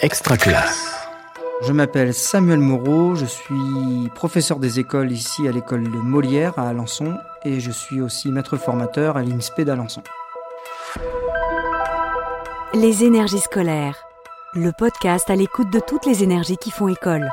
Extraclasse. Je m'appelle Samuel Moreau, je suis professeur des écoles ici à l'école de Molière à Alençon et je suis aussi maître formateur à l'INSPE d'Alençon. Les énergies scolaires, le podcast à l'écoute de toutes les énergies qui font école.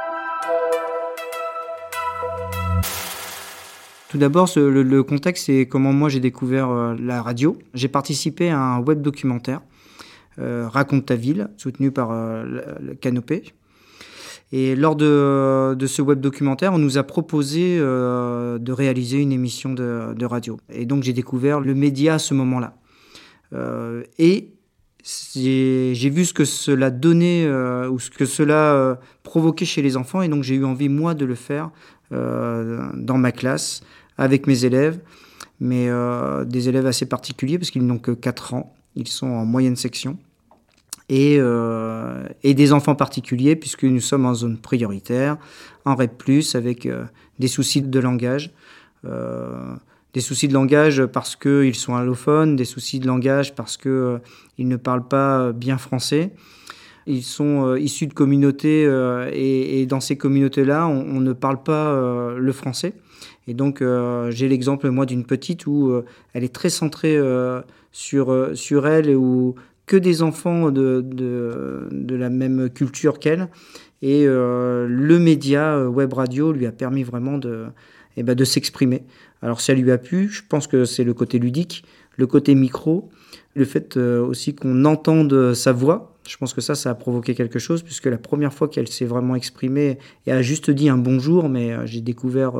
Tout d'abord, le contexte, c'est comment moi j'ai découvert la radio. J'ai participé à un web documentaire, Raconte ta ville, soutenu par le Canopé. Et lors de ce web documentaire, on nous a proposé de réaliser une émission de radio. Et donc j'ai découvert le média à ce moment-là. Et j'ai vu ce que cela donnait ou ce que cela provoquait chez les enfants. Et donc j'ai eu envie, moi, de le faire dans ma classe, avec mes élèves. Mais des élèves assez particuliers, parce qu'ils n'ont que 4 ans. Ils sont en moyenne section. Et des enfants particuliers, puisque nous sommes en zone prioritaire, en REP+, avec des soucis de langage. Des soucis de langage parce qu'ils sont allophones, des soucis de langage parce qu'ils ne parlent pas bien français. Ils sont issus de communautés et dans ces communautés-là, on ne parle pas le français. Et donc, j'ai l'exemple, moi, d'une petite où elle est très centrée sur elle et où que des enfants de la même culture qu'elle. Et le média web radio lui a permis vraiment de s'exprimer. Alors ça lui a plu, je pense que c'est le côté ludique, le côté micro, le fait aussi qu'on entende sa voix. Je pense que ça a provoqué quelque chose, puisque la première fois qu'elle s'est vraiment exprimée et a juste dit un bonjour, mais j'ai découvert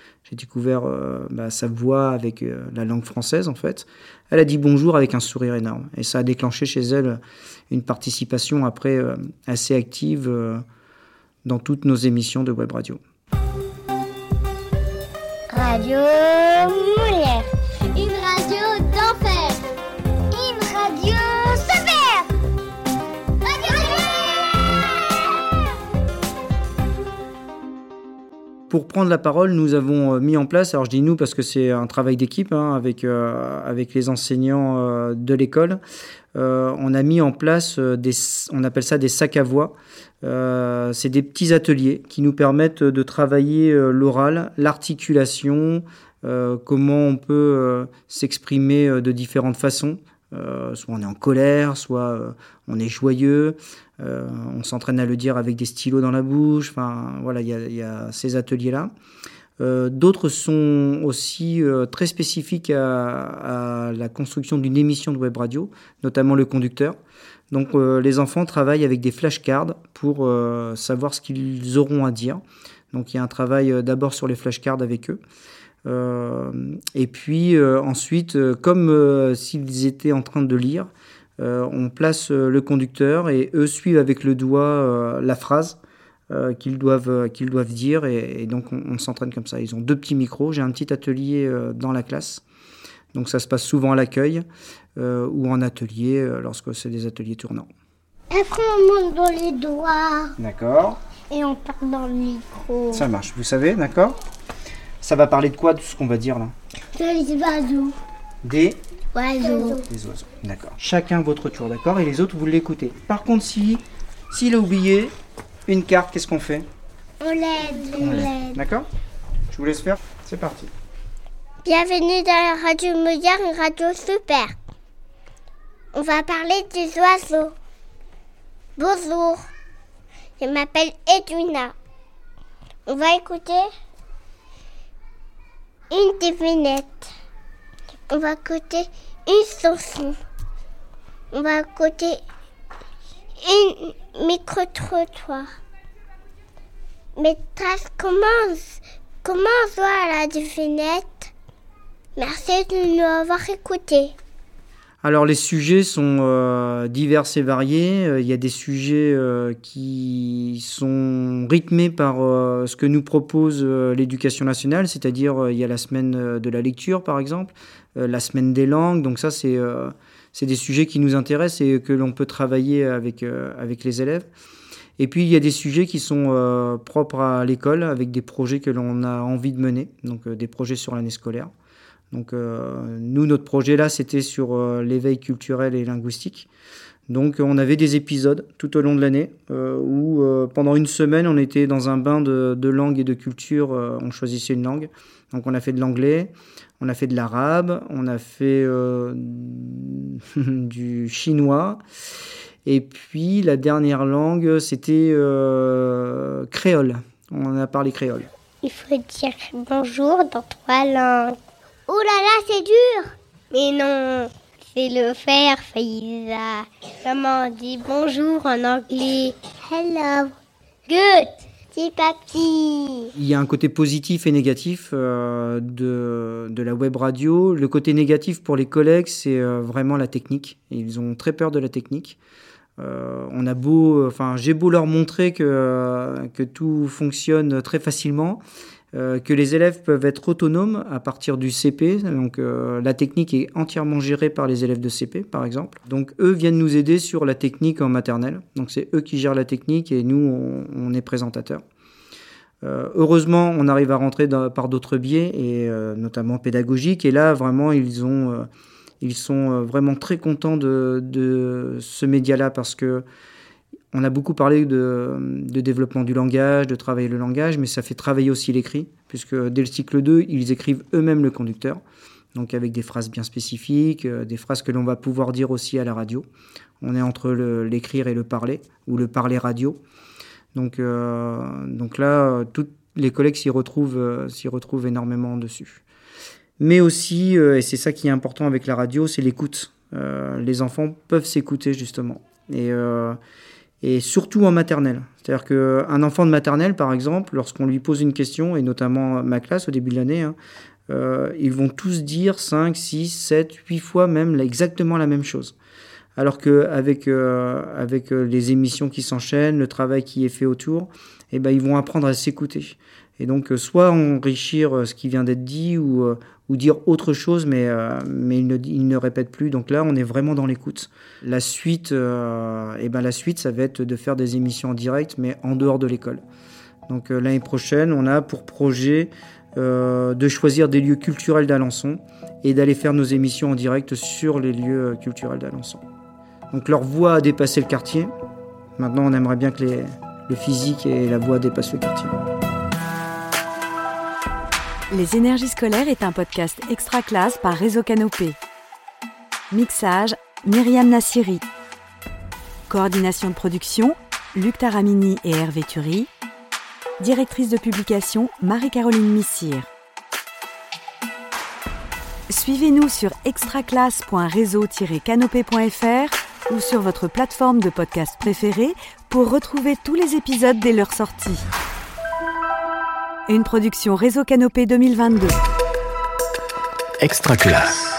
sa voix avec la langue française, en fait. Elle a dit bonjour avec un sourire énorme. Et ça a déclenché chez elle une participation après assez active dans toutes nos émissions de web radio. Radio Molière, une radio d'enfer, une radio super, Radio Pour prendre la parole, nous avons mis en place, alors je dis nous parce que c'est un travail d'équipe avec les enseignants de l'école, on a mis en place on appelle ça des sacs à voix. C'est des petits ateliers qui nous permettent de travailler l'oral, l'articulation, comment on peut s'exprimer de différentes façons. Soit on est en colère, soit on est joyeux, on s'entraîne à le dire avec des stylos dans la bouche. Enfin, voilà, il y a ces ateliers-là. D'autres sont aussi très spécifiques à la construction d'une émission de web radio, notamment le conducteur. Donc les enfants travaillent avec des flashcards pour savoir ce qu'ils auront à dire. Donc il y a un travail d'abord sur les flashcards avec eux. Et puis ensuite, comme s'ils étaient en train de lire, on place le conducteur et eux suivent avec le doigt la phrase qu'ils doivent dire. Et donc on s'entraîne comme ça. Ils ont 2 petits micros. J'ai un petit atelier dans la classe. Donc ça se passe souvent à l'accueil ou en atelier lorsque c'est des ateliers tournants. Après on monte dans les doigts. D'accord. Et on parle dans le micro. Ça marche, vous savez, d'accord. Ça va parler de quoi, tout ce qu'on va dire là? Des oiseaux. Des oiseaux. Des oiseaux, d'accord. Chacun votre tour, d'accord. Et les autres, vous l'écoutez. Par contre, s'il a oublié une carte, qu'est-ce qu'on fait? On l'aide. D'accord. Je vous laisse faire, c'est parti. Bienvenue dans la radio Molière, une radio super. On va parler des oiseaux. Bonjour, je m'appelle Edwina. On va écouter une devinette. On va écouter une chanson. On va écouter une micro-trottoir. Mais commence à la devinette. Merci de nous avoir écoutés. Alors les sujets sont divers et variés. Il y a des sujets qui sont rythmés par ce que nous propose l'éducation nationale, c'est-à-dire il y a la semaine de la lecture par exemple, la semaine des langues. Donc ça c'est des sujets qui nous intéressent et que l'on peut travailler avec les élèves. Et puis il y a des sujets qui sont propres à l'école avec des projets que l'on a envie de mener, donc des projets sur l'année scolaire. Donc nous, notre projet là, c'était sur l'éveil culturel et linguistique. Donc on avait des épisodes tout au long de l'année où pendant une semaine on était dans un bain de langue et de culture, on choisissait une langue. Donc on a fait de l'anglais, on a fait de l'arabe, on a fait du chinois et puis la dernière langue c'était créole, on a parlé créole. Il faut dire bonjour dans 3 langues. Oh là là, c'est dur! Mais non, c'est le faire, Faiza. Comment on dit bonjour en anglais? Hello. Good. Petit papy. Il y a un côté positif et négatif de la web radio. Le côté négatif pour les collègues, c'est vraiment la technique. Ils ont très peur de la technique. J'ai beau leur montrer que tout fonctionne très facilement, que les élèves peuvent être autonomes à partir du CP. Donc la technique est entièrement gérée par les élèves de CP, par exemple. Donc eux viennent nous aider sur la technique en maternelle. Donc c'est eux qui gèrent la technique et nous, on est présentateurs. Heureusement, on arrive à rentrer par d'autres biais, et notamment pédagogiques. Et là, vraiment, ils sont vraiment très contents de ce média-là parce que on a beaucoup parlé de développement du langage, de travailler le langage, mais ça fait travailler aussi l'écrit, puisque dès le cycle 2, ils écrivent eux-mêmes le conducteur, donc avec des phrases bien spécifiques, des phrases que l'on va pouvoir dire aussi à la radio. On est entre l'écrire et le parler, ou le parler radio. Donc là, tous les collègues s'y retrouvent énormément dessus. Mais aussi, et c'est ça qui est important avec la radio, c'est l'écoute. Les enfants peuvent s'écouter justement. Et surtout en maternelle. C'est-à-dire qu'un enfant de maternelle, par exemple, lorsqu'on lui pose une question, et notamment ma classe au début de l'année, ils vont tous dire 5, 6, 7, 8 fois même exactement la même chose. Alors qu'avec les émissions qui s'enchaînent, le travail qui est fait autour, ils vont apprendre à s'écouter. Et donc, soit enrichir ce qui vient d'être dit ou dire autre chose, mais ils ne répètent plus. Donc là, on est vraiment dans l'écoute. La suite, ça va être de faire des émissions en direct, mais en dehors de l'école. Donc l'année prochaine, on a pour projet de choisir des lieux culturels d'Alençon et d'aller faire nos émissions en direct sur les lieux culturels d'Alençon. Donc leur voix a dépassé le quartier. Maintenant, on aimerait bien que le physique et la voix dépassent le quartier. Les Énergies scolaires est un podcast extra classe par Réseau Canopé. Mixage, Myriam Nassiri. Coordination de production, Luc Taramini et Hervé Thury. Directrice de publication, Marie-Caroline Missire. Suivez-nous sur extraclasse.réseau-canopé.fr ou sur votre plateforme de podcast préférée pour retrouver tous les épisodes dès leur sortie. Une production Réseau Canopé 2022. Extra classe.